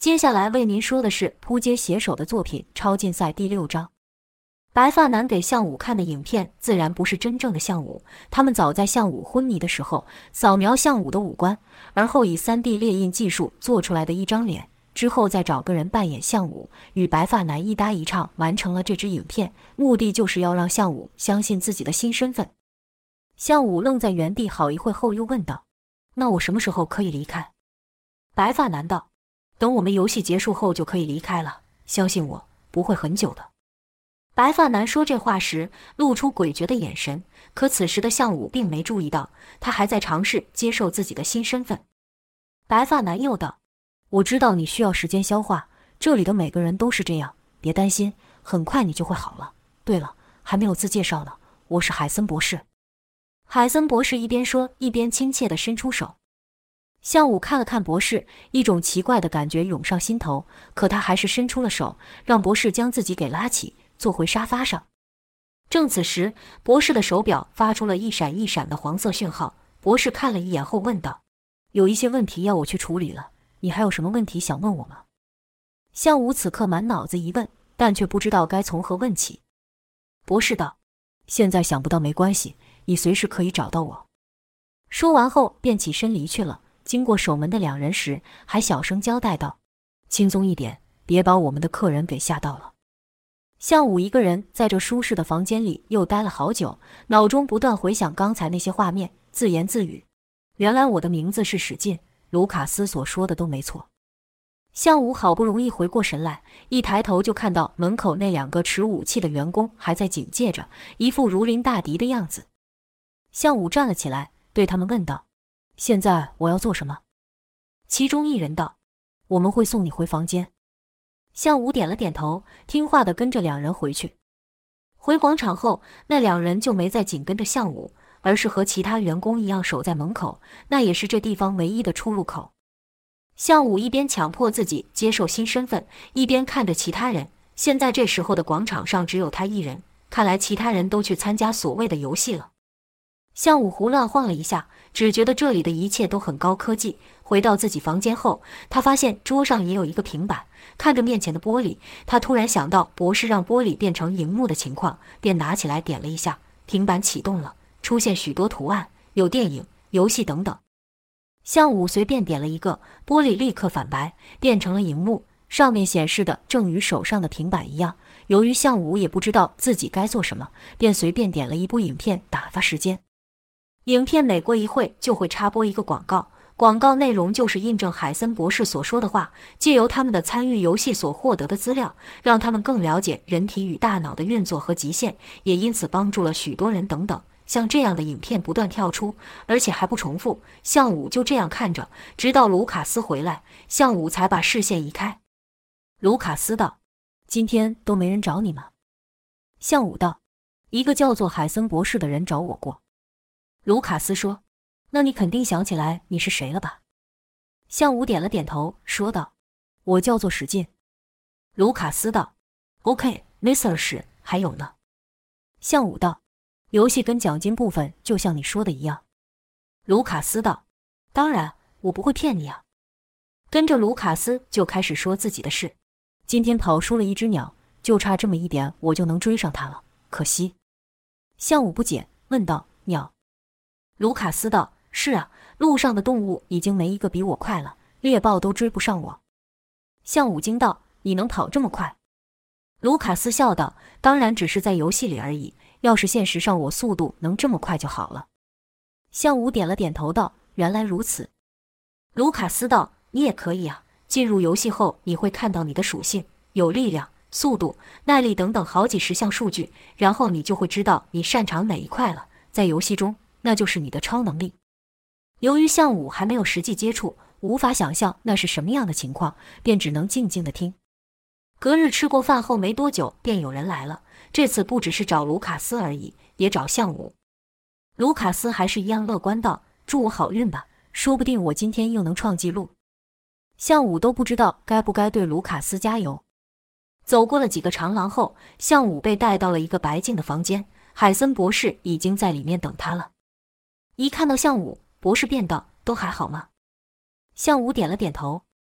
接下来为您说的是扑街写手的作品《超竞赛》第6章。白发男给项武看的影片自然不是真正的项武，他们早在项武昏迷的时候扫描项武的五官，而后以 3D 列印技术做出来的一张脸，之后再找个人扮演项武，与白发男一搭一唱完成了这支影片，目的就是要让项武相信自己的新身份。项武愣在原地好一会后又问道：那我什么时候可以离开？白发男道：等我们游戏结束后就可以离开了，相信我，不会很久的。白发男说这话时露出诡谲的眼神，可此时的项武并没注意到，他还在尝试接受自己的新身份。白发男又道：我知道你需要时间消化，这里的每个人都是这样，别担心，很快你就会好了。对了，还没有自介绍呢，我是海森博士。海森博士一边说一边亲切地伸出手。项武看了看博士，一种奇怪的感觉涌上心头，可他还是伸出了手，让博士将自己给拉起，坐回沙发上。正此时，博士的手表发出了一闪一闪的黄色讯号。博士看了一眼后问道：有一些问题要我去处理了，你还有什么问题想问我吗？项武此刻满脑子疑问，但却不知道该从何问起。博士道：现在想不到没关系，你随时可以找到我。说完后便起身离去了。经过守门的2人时，还小声交代道：轻松一点，别把我们的客人给吓到了。项武一个人在这舒适的房间里又待了好久，脑中不断回想刚才那些画面，自言自语：原来我的名字是史进，卢卡斯所说的都没错。项武好不容易回过神来，一抬头就看到门口那2个持武器的员工还在警戒着，一副如临大敌的样子。项武站了起来，对他们问道：现在我要做什么？其中一人道：我们会送你回房间。项武点了点头，听话地跟着2人回去。回广场后，那2人就没再紧跟着项武，而是和其他员工一样守在门口，那也是这地方唯一的出入口。项武一边强迫自己接受新身份，一边看着其他人。现在这时候的广场上只有他一人，看来其他人都去参加所谓的游戏了。项武胡乱晃了一下，只觉得这里的一切都很高科技。回到自己房间后，他发现桌上也有一个平板，看着面前的玻璃，他突然想到博士让玻璃变成荧幕的情况，便拿起来点了一下，平板启动了，出现许多图案，有电影、游戏等等。项武随便点了一个，玻璃立刻反白，变成了荧幕，上面显示的正与手上的平板一样。由于项武也不知道自己该做什么，便随便点了一部影片打发时间。影片每过一会就会插播一个广告，广告内容就是印证海森博士所说的话，借由他们的参与游戏所获得的资料，让他们更了解人体与大脑的运作和极限，也因此帮助了许多人等等。像这样的影片不断跳出，而且还不重复。项武就这样看着，直到卢卡斯回来，项武才把视线移开。卢卡斯道：今天都没人找你吗？项武道：一个叫做海森博士的人找我过。卢卡斯说：那你肯定想起来你是谁了吧？项武点了点头，说道：我叫做史进。卢卡斯道： OK Mr. 史，还有呢？项武道：游戏跟奖金部分就像你说的一样。卢卡斯道：当然，我不会骗你啊。跟着卢卡斯就开始说自己的事。今天跑输了一只鸟，就差这么一点我就能追上它了，可惜。项武不解，问道：鸟？卢卡斯道：是啊，路上的动物已经没一个比我快了，猎豹都追不上我。项武惊道：你能跑这么快？卢卡斯笑道：当然只是在游戏里而已，要是现实上我速度能这么快就好了。项武点了点头道：原来如此。卢卡斯道：你也可以啊，进入游戏后你会看到你的属性，有力量、速度、耐力等等好几十项数据，然后你就会知道你擅长哪一块了，在游戏中那就是你的超能力。由于项武还没有实际接触，无法想象那是什么样的情况，便只能静静地听。隔日吃过饭后没多久，便有人来了，这次不只是找卢卡斯而已，也找项武。卢卡斯还是一样乐观道：祝我好运吧，说不定我今天又能创纪录。项武都不知道该不该对卢卡斯加油。走过了几个长廊后，项武被带到了一个白净的房间，海森博士已经在里面等他了。一看到项武，博士便道：都还好吗？项武点了点头。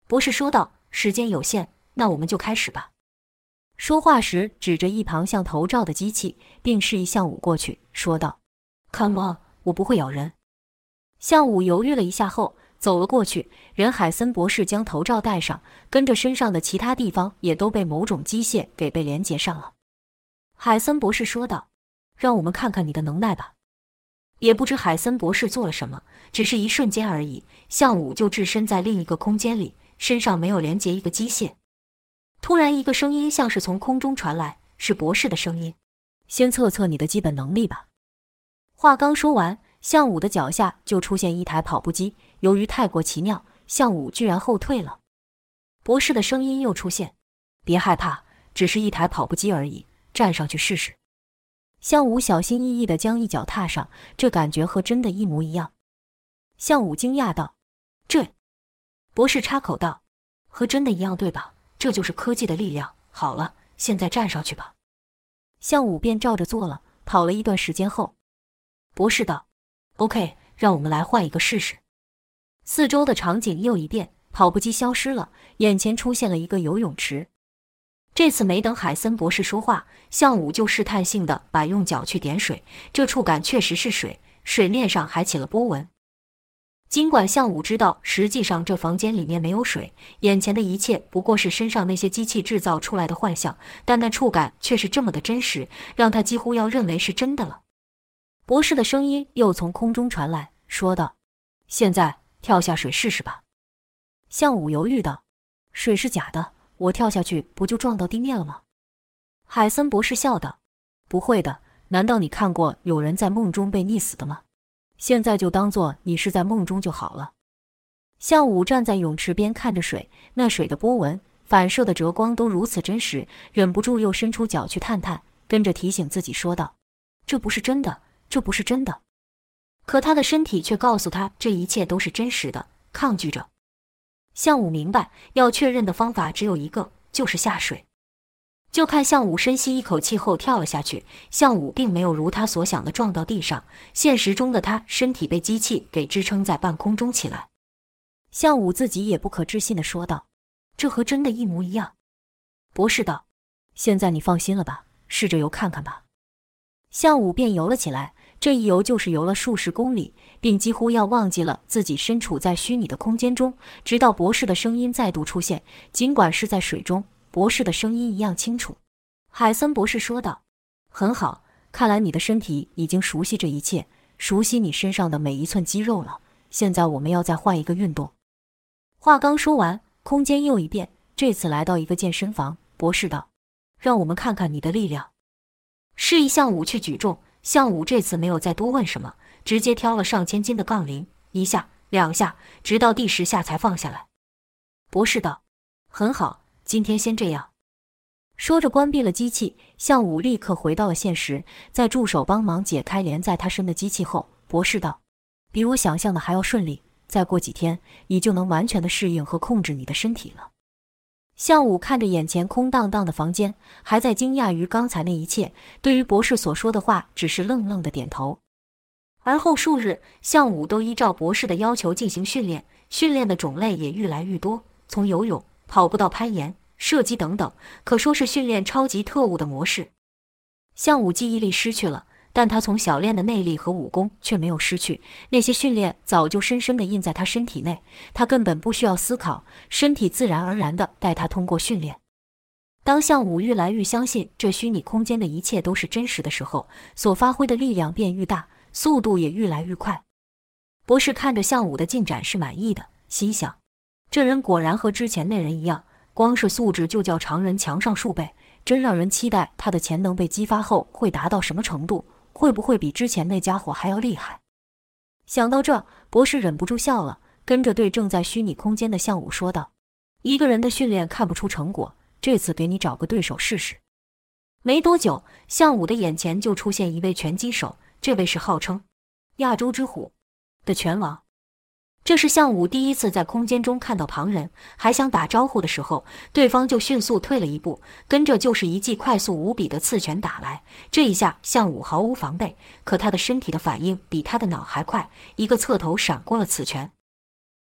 博士说道，时间有限，那我们就开始吧。说话时指着一旁像头罩的机器，并示意项武过去，说道 Come on， 我不会咬人。项武犹豫了一下后走了过去，任海森博士将头罩戴上，跟着身上的其他地方也都被某种机械给被连接上了。海森博士说道，让我们看看你的能耐吧。也不知海森博士做了什么，只是一瞬间而已，项武就置身在另一个空间里，身上没有连接一个机械。突然一个声音像是从空中传来，是博士的声音，先测测你的基本能力吧。话刚说完，项武的脚下就出现一台跑步机，由于太过奇妙，项武居然后退了。博士的声音又出现，别害怕，只是一台跑步机而已，站上去试试。项武小心翼翼地将一脚踏上，这感觉和真的一模一样。项武惊讶道，这……博士插口道，和真的一样对吧？这就是科技的力量。好了，现在站上去吧。项武便照着做了。跑了一段时间后，博士道 OK， 让我们来换一个试试。四周的场景又一变，跑步机消失了，眼前出现了一个游泳池。这次没等海森博士说话，项武就试探性地把用脚去点水，这触感确实是水，水面上还起了波纹。尽管项武知道实际上这房间里面没有水，眼前的一切不过是身上那些机器制造出来的幻象，但那触感却是这么的真实，让他几乎要认为是真的了。博士的声音又从空中传来，说道，现在跳下水试试吧。项武犹豫道，水是假的，我跳下去不就撞到地面了吗？海森博士笑道，不会的，难道你看过有人在梦中被溺死的吗？现在就当作你是在梦中就好了。项武站在泳池边看着水，那水的波纹反射的折光都如此真实，忍不住又伸出脚去探探，跟着提醒自己说道，这不是真的，这不是真的。可他的身体却告诉他这一切都是真实的，抗拒着。项武明白，要确认的方法只有一个，就是下水。就看项武深吸一口气后跳了下去，项武并没有如他所想的撞到地上，现实中的他身体被机器给支撑在半空中起来。项武自己也不可置信地说道，这和真的一模一样。博士道，现在你放心了吧，试着游看看吧。项武便游了起来，这一游就是游了数十公里，并几乎要忘记了自己身处在虚拟的空间中，直到博士的声音再度出现，尽管是在水中，博士的声音一样清楚。海森博士说道，很好，看来你的身体已经熟悉这一切，熟悉你身上的每一寸肌肉了。现在我们要再换一个运动。话刚说完，空间又一变，这次来到一个健身房。博士道，让我们看看你的力量。示意项武去举重，项武这次没有再多问什么，直接挑了上千斤的杠铃，一下两下，直到第10下才放下来。博士道，很好，今天先这样。说着关闭了机器，项武立刻回到了现实，在助手帮忙解开连在他身的机器后，博士道，比我想象的还要顺利，再过几天你就能完全的适应和控制你的身体了。项武看着眼前空荡荡的房间，还在惊讶于刚才那一切，对于博士所说的话只是愣愣的点头。而后数日，项武都依照博士的要求进行训练，训练的种类也愈来愈多，从游泳、跑步到攀岩、射击等等，可说是训练超级特务的模式。项武记忆力失去了，但他从小练的内力和武功却没有失去，那些训练早就深深地印在他身体内，他根本不需要思考，身体自然而然地带他通过训练。当项武愈来愈相信这虚拟空间的一切都是真实的时候，所发挥的力量便愈大，速度也愈来愈快。博士看着项武的进展是满意的，心想，这人果然和之前那人一样，光是素质就较常人强上数倍，真让人期待他的潜能被激发后会达到什么程度，会不会比之前那家伙还要厉害。想到这，博士忍不住笑了，跟着对正在虚拟空间的项武说道，一个人的训练看不出成果，这次给你找个对手试试。没多久，项武的眼前就出现一位拳击手，这位是号称亚洲之虎的拳王。这是项武第一次在空间中看到旁人，还想打招呼的时候，对方就迅速退了一步，跟着就是一记快速无比的刺拳打来。这一下项武毫无防备，可他的身体的反应比他的脑还快，一个侧头闪过了此拳。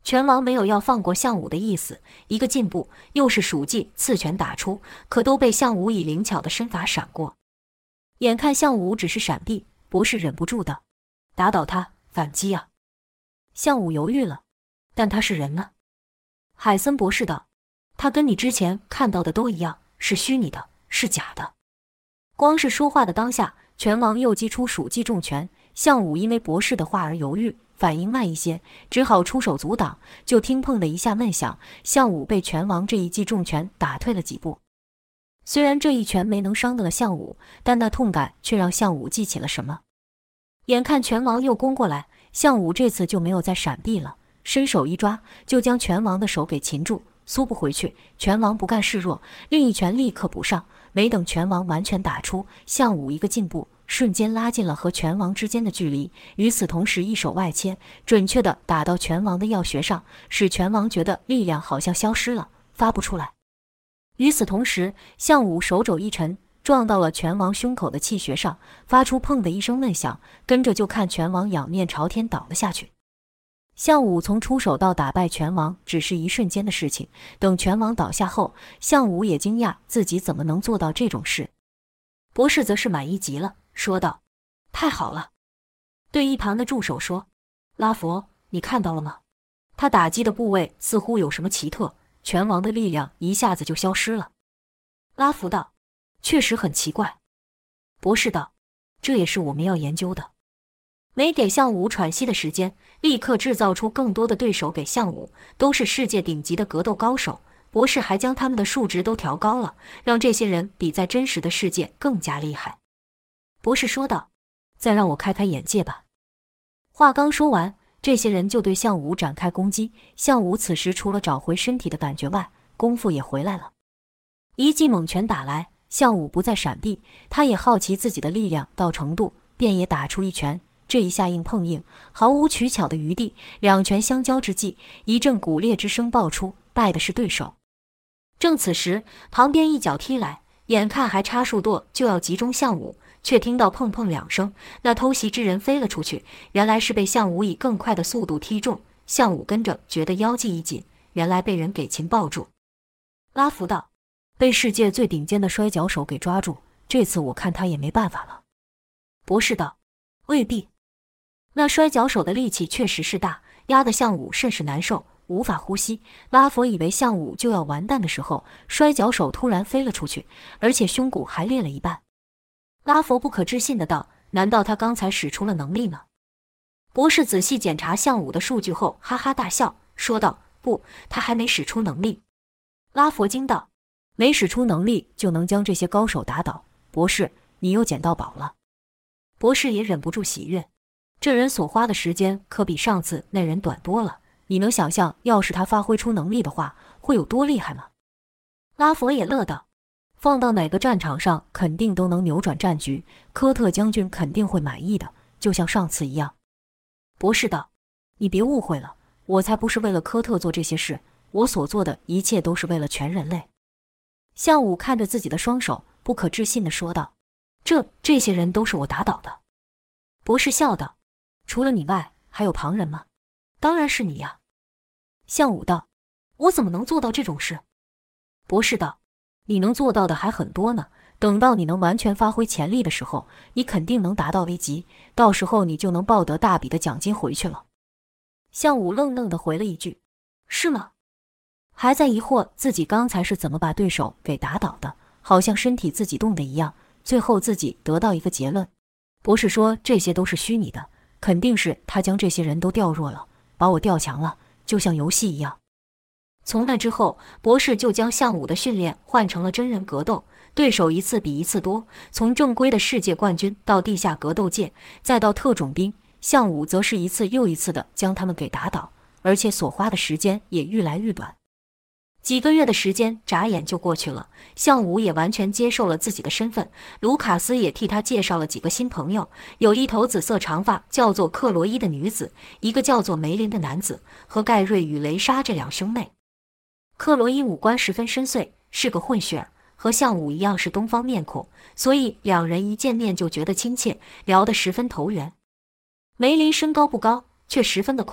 拳王没有要放过项武的意思，一个进步，又是属技刺拳打出，可都被项武以灵巧的身法闪过。眼看项武只是闪避，博士忍不住的打倒他，反击啊！项武犹豫了，但他是人呢。海森博士道：“他跟你之前看到的都一样，是虚拟的，是假的。”光是说话的当下，拳王又击出属技重拳，项武因为博士的话而犹豫，反应慢一些，只好出手阻挡。就听砰的一下闷响，项武被拳王这一记重拳打退了几步。虽然这一拳没能伤得了项武，但那痛感却让项武记起了什么。眼看拳王又攻过来，项武这次就没有再闪避了，伸手一抓，就将拳王的手给擒住，缩不回去。拳王不甘示弱，另一拳立刻补上。没等拳王完全打出，项武一个进步，瞬间拉近了和拳王之间的距离。与此同时，一手外切，准确地打到拳王的要穴上，使拳王觉得力量好像消失了，发不出来。与此同时，项武手肘一沉，撞到了拳王胸口的气穴上，发出砰的一声闷响，跟着就看拳王仰面朝天倒了下去。项武从出手到打败拳王只是一瞬间的事情，等拳王倒下后，项武也惊讶自己怎么能做到这种事。博士则是满意极了，说道：“太好了！”对一旁的助手说：“拉佛，你看到了吗？他打击的部位似乎有什么奇特，拳王的力量一下子就消失了。”拉佛道：“确实很奇怪。”博士道：“这也是我们要研究的。”没给项武喘息的时间，立刻制造出更多的对手给项武，都是世界顶级的格斗高手。博士还将他们的数值都调高了，让这些人比在真实的世界更加厉害。博士说道：“再让我开开眼界吧。”话刚说完，这些人就对项武展开攻击。项武此时除了找回身体的感觉外，功夫也回来了。一记猛拳打来，项武不再闪避，他也好奇自己的力量到程度，便也打出一拳。这一下硬碰硬，毫无取巧的余地，两拳相交之际，一阵骨裂之声爆出，败的是对手。正此时，旁边一脚踢来，眼看还差数跺就要击中项武，却听到砰砰两声，那偷袭之人飞了出去，原来是被项武以更快的速度踢中。项武跟着觉得腰际一紧，原来被人给擒抱住。拉福道：“被世界最顶尖的摔跤手给抓住，这次我看他也没办法了。”博士道：“未必。”那摔跤手的力气确实是大，压得项武甚是难受，无法呼吸。拉佛以为项武就要完蛋的时候，摔跤手突然飞了出去，而且胸骨还裂了一半。拉佛不可置信的道：“难道他刚才使出了能力吗？”博士仔细检查项武的数据后，哈哈大笑，说道：“不，他还没使出能力。”拉佛惊道：“没使出能力就能将这些高手打倒？博士，你又捡到宝了。”博士也忍不住喜悦。这人所花的时间可比上次那人短多了，你能想象要是他发挥出能力的话，会有多厉害吗？拉佛也乐道：“放到哪个战场上肯定都能扭转战局，科特将军肯定会满意的，就像上次一样。”博士道：“你别误会了，我才不是为了科特做这些事，我所做的一切都是为了全人类。”项武看着自己的双手，不可置信地说道：“这些人都是我打倒的。”博士笑道：“除了你外，还有旁人吗？”“当然是你呀。”项武道：“我怎么能做到这种事？”博士道：“你能做到的还很多呢，等到你能完全发挥潜力的时候，你肯定能达到 A 级，到时候你就能抱得大笔的奖金回去了。”项武愣愣地回了一句：“是吗？”还在疑惑自己刚才是怎么把对手给打倒的，好像身体自己动的一样，最后自己得到一个结论。博士说这些都是虚拟的，肯定是他将这些人都吊弱了，把我吊强了，就像游戏一样。从那之后，博士就将项武的训练换成了真人格斗，对手一次比一次多，从正规的世界冠军到地下格斗界，再到特种兵，项武则是一次又一次的将他们给打倒，而且所花的时间也愈来愈短。几个月的时间眨眼就过去了，项武也完全接受了自己的身份。卢卡斯也替他介绍了几个新朋友，有一头紫色长发叫做克罗伊的女子，一个叫做梅林的男子，和盖瑞与雷莎这两兄妹。克罗伊五官十分深邃，是个混血儿，和项武一样是东方面孔，所以两人一见面就觉得亲切，聊得十分投缘。梅林身高不高，却十分的宽，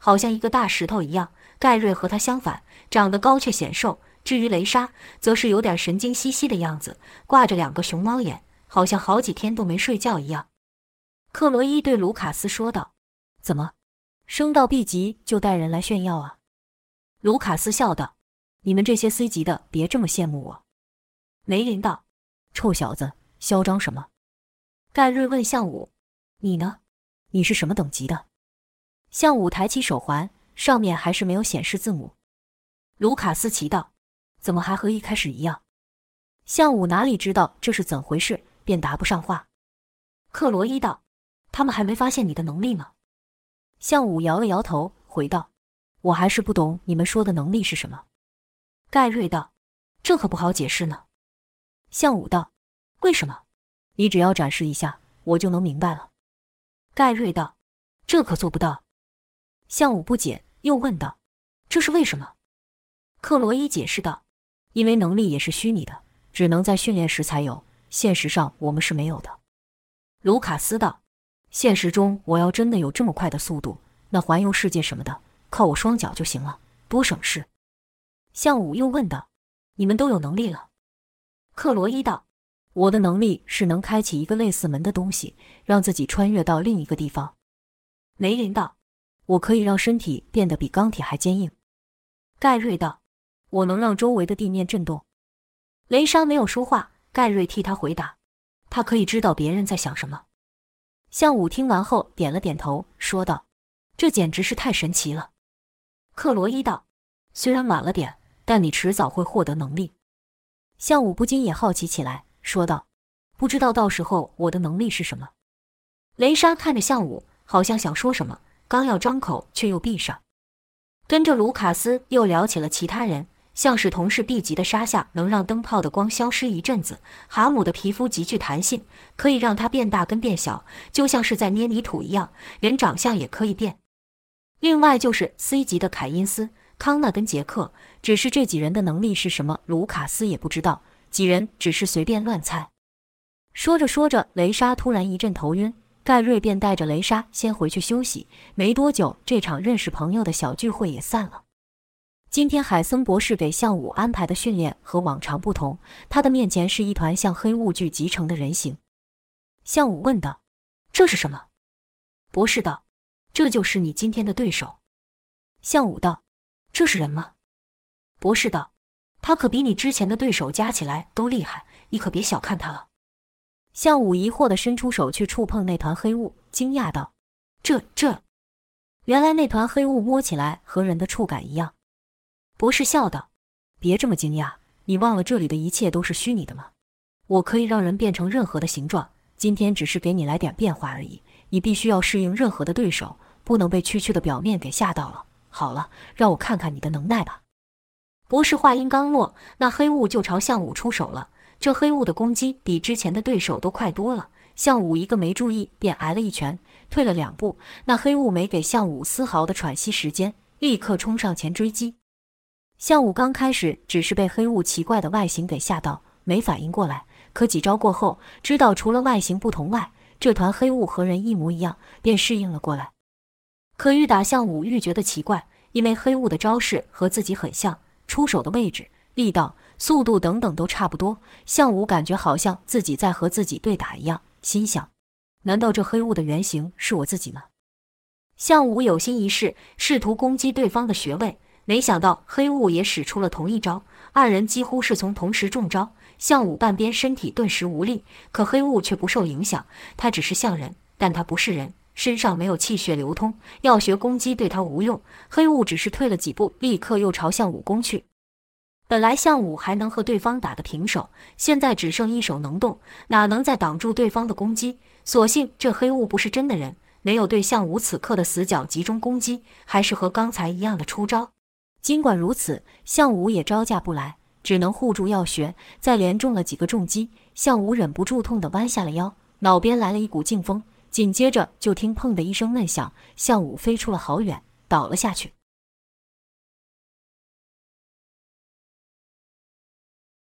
好像一个大石头一样。盖瑞和他相反，长得高却显瘦。至于雷莎，则是有点神经兮兮的样子，挂着2个熊猫眼，好像好几天都没睡觉一样。克罗伊对卢卡斯说道：“怎么，升到 B 级就带人来炫耀啊？”卢卡斯笑道：“你们这些 C 级的别这么羡慕我。”梅林道：“臭小子，嚣张什么？”盖瑞问项武：“你呢？你是什么等级的？”项武抬起手环，上面还是没有显示字母。卢卡斯奇道：“怎么还和一开始一样？”项武哪里知道这是怎回事，便答不上话。克罗伊道：“他们还没发现你的能力吗？”项武摇了摇头，回道：“我还是不懂你们说的能力是什么。”盖瑞道：“这可不好解释呢。”项武道：“为什么？你只要展示一下，我就能明白了。”盖瑞道：“这可做不到。”项武不解，又问道：“这是为什么？”克罗伊解释道：“因为能力也是虚拟的，只能在训练时才有，现实上我们是没有的。”卢卡斯道：“现实中我要真的有这么快的速度，那环游世界什么的，靠我双脚就行了，多省事。”项武又问道：“你们都有能力了？”克罗伊道：“我的能力是能开启一个类似门的东西，让自己穿越到另一个地方。”梅林道：“我可以让身体变得比钢铁还坚硬。”盖瑞道：“我能让周围的地面震动。”雷莎没有说话，盖瑞替他回答：“他可以知道别人在想什么。”项武听完后点了点头，说道：“这简直是太神奇了。”克罗伊道：“虽然晚了点，但你迟早会获得能力。”项武不禁也好奇起来，说道：“不知道到时候我的能力是什么？”雷莎看着项武，好像想说什么，刚要张口，却又闭上。跟着卢卡斯又聊起了其他人，像是同是 B 级的沙夏能让灯泡的光消失一阵子，哈姆的皮肤极具弹性，可以让它变大跟变小，就像是在捏泥土一样，连长相也可以变。另外就是 C 级的凯因斯、康纳跟杰克，只是这几人的能力是什么，卢卡斯也不知道，几人只是随便乱猜。说着说着，雷莎突然一阵头晕，盖瑞便带着雷莎先回去休息。没多久，这场认识朋友的小聚会也散了。今天海森博士给项武安排的训练和往常不同，他的面前是一团像黑雾聚集成的人形。项武问道：“这是什么？”博士道：“这就是你今天的对手。”项武道：“这是人吗？”博士道：“他可比你之前的对手加起来都厉害，你可别小看他了。”项武疑惑地伸出手去触碰那团黑雾，惊讶道：“这……原来那团黑雾摸起来和人的触感一样。”博士笑道：“别这么惊讶，你忘了这里的一切都是虚拟的吗？我可以让人变成任何的形状，今天只是给你来点变化而已。你必须要适应任何的对手，不能被区区的表面给吓到了。好了，让我看看你的能耐吧。”博士话音刚落，那黑雾就朝项武出手了。这黑雾的攻击比之前的对手都快多了，项武一个没注意便挨了一拳，退了2步。那黑雾没给项武丝毫的喘息时间，立刻冲上前追击。项武刚开始只是被黑雾奇怪的外形给吓到，没反应过来，可几招过后，知道除了外形不同外，这团黑雾和人一模一样，便适应了过来。可愈打项武愈觉得奇怪，因为黑雾的招式和自己很像，出手的位置、力道、速度等等都差不多。项武感觉好像自己在和自己对打一样，心想：难道这黑雾的原型是我自己吗？项武有心一试，试图攻击对方的穴位，没想到黑雾也使出了同一招，二人几乎是从同时中招。项武半边身体顿时无力，可黑雾却不受影响，他只是像人，但他不是人，身上没有气血流通，药学攻击对他无用。黑雾只是退了几步，立刻又朝项武攻去。本来项武还能和对方打得平手，现在只剩一手能动，哪能再挡住对方的攻击？所幸这黑雾不是真的人，没有对项武此刻的死角集中攻击，还是和刚才一样的出招。尽管如此，项武也招架不来，只能护住药穴。再连中了几个重击，项武忍不住痛地弯下了腰，脑边来了一股劲风，紧接着就听砰的一声闷响，项武飞出了好远，倒了下去。